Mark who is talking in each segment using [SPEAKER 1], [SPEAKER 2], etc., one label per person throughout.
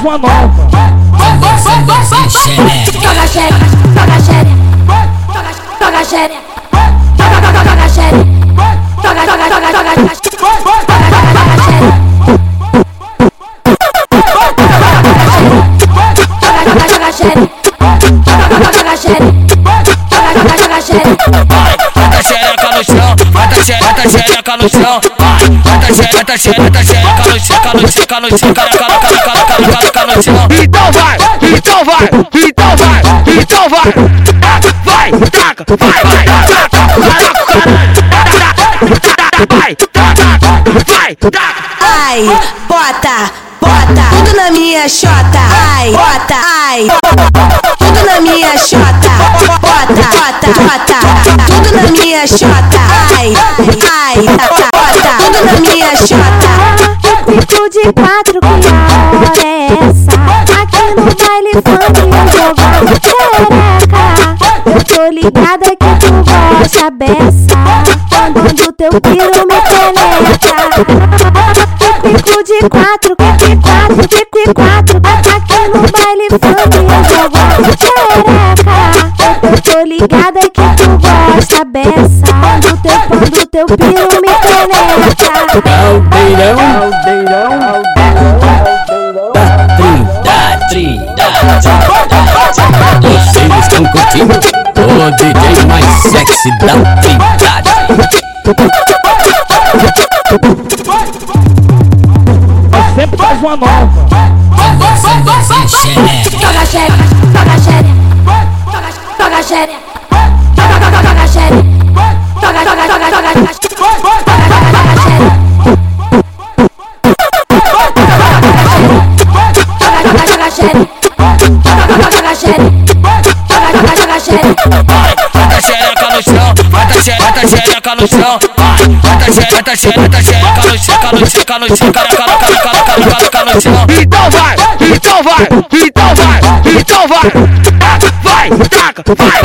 [SPEAKER 1] uma nova.
[SPEAKER 2] Toca xereca, toca xereca, toca xereca, toca xereca, toca
[SPEAKER 3] xereca no chão, bota xereca no chão, bota xereca no chão, caraca no chão. Então vai, taca, vai, taca.
[SPEAKER 4] Ai, bota, tudo na minha xota. Ai, bota, ai, tudo na minha xota. Bota, tudo na minha xota. Ai, bota, tudo na minha xota.
[SPEAKER 5] Fico de quatro, que hora é essa? Aqui no baile funk eu jogo xereca. Eu tô ligada que tu gosta beça, quando teu piro me penetra. Fico de quatro, aqui no baile funk eu jogo xereca. Eu tô ligada que tu gosta beça, quando teu piro me penetra.
[SPEAKER 6] Vocês estão curtindo o DJ mais sexy da Trindade.
[SPEAKER 1] Nós sempre faz uma nova.
[SPEAKER 2] Toca xereca, toca xereca, toca xereca, toca xereca,
[SPEAKER 3] Bota xereca no chão, bota xereca no chão, bota xereca no chão, caraca no chão. Então vai, taca,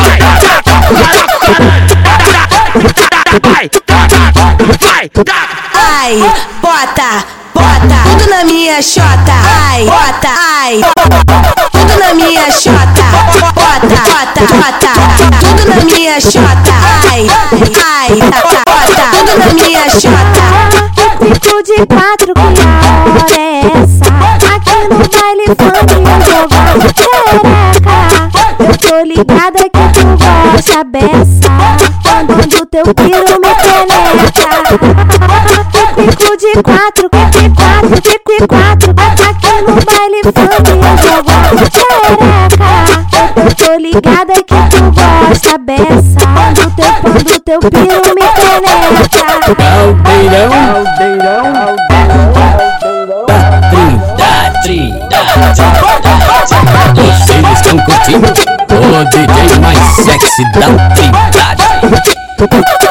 [SPEAKER 3] vai, taca.
[SPEAKER 4] Ai, bota, tudo na minha xota. Ai, bota, tudo na minha xota. Bota, tudo na minha xota. Ai, bota, tudo na minha xota.
[SPEAKER 5] Fico de quatro, que hora é essa? Aqui no baile funk eu jogo xereca. Eu tô ligada que tu gosta beça, quando teu piro me penetra. Fico de quatro, aqui no baile funk eu jogo xereca. Eu tô ligada que tu gosta beça, quando teu piro me penetra.
[SPEAKER 6] Vocês estão curtindo o DJ mais sexy da Trindade.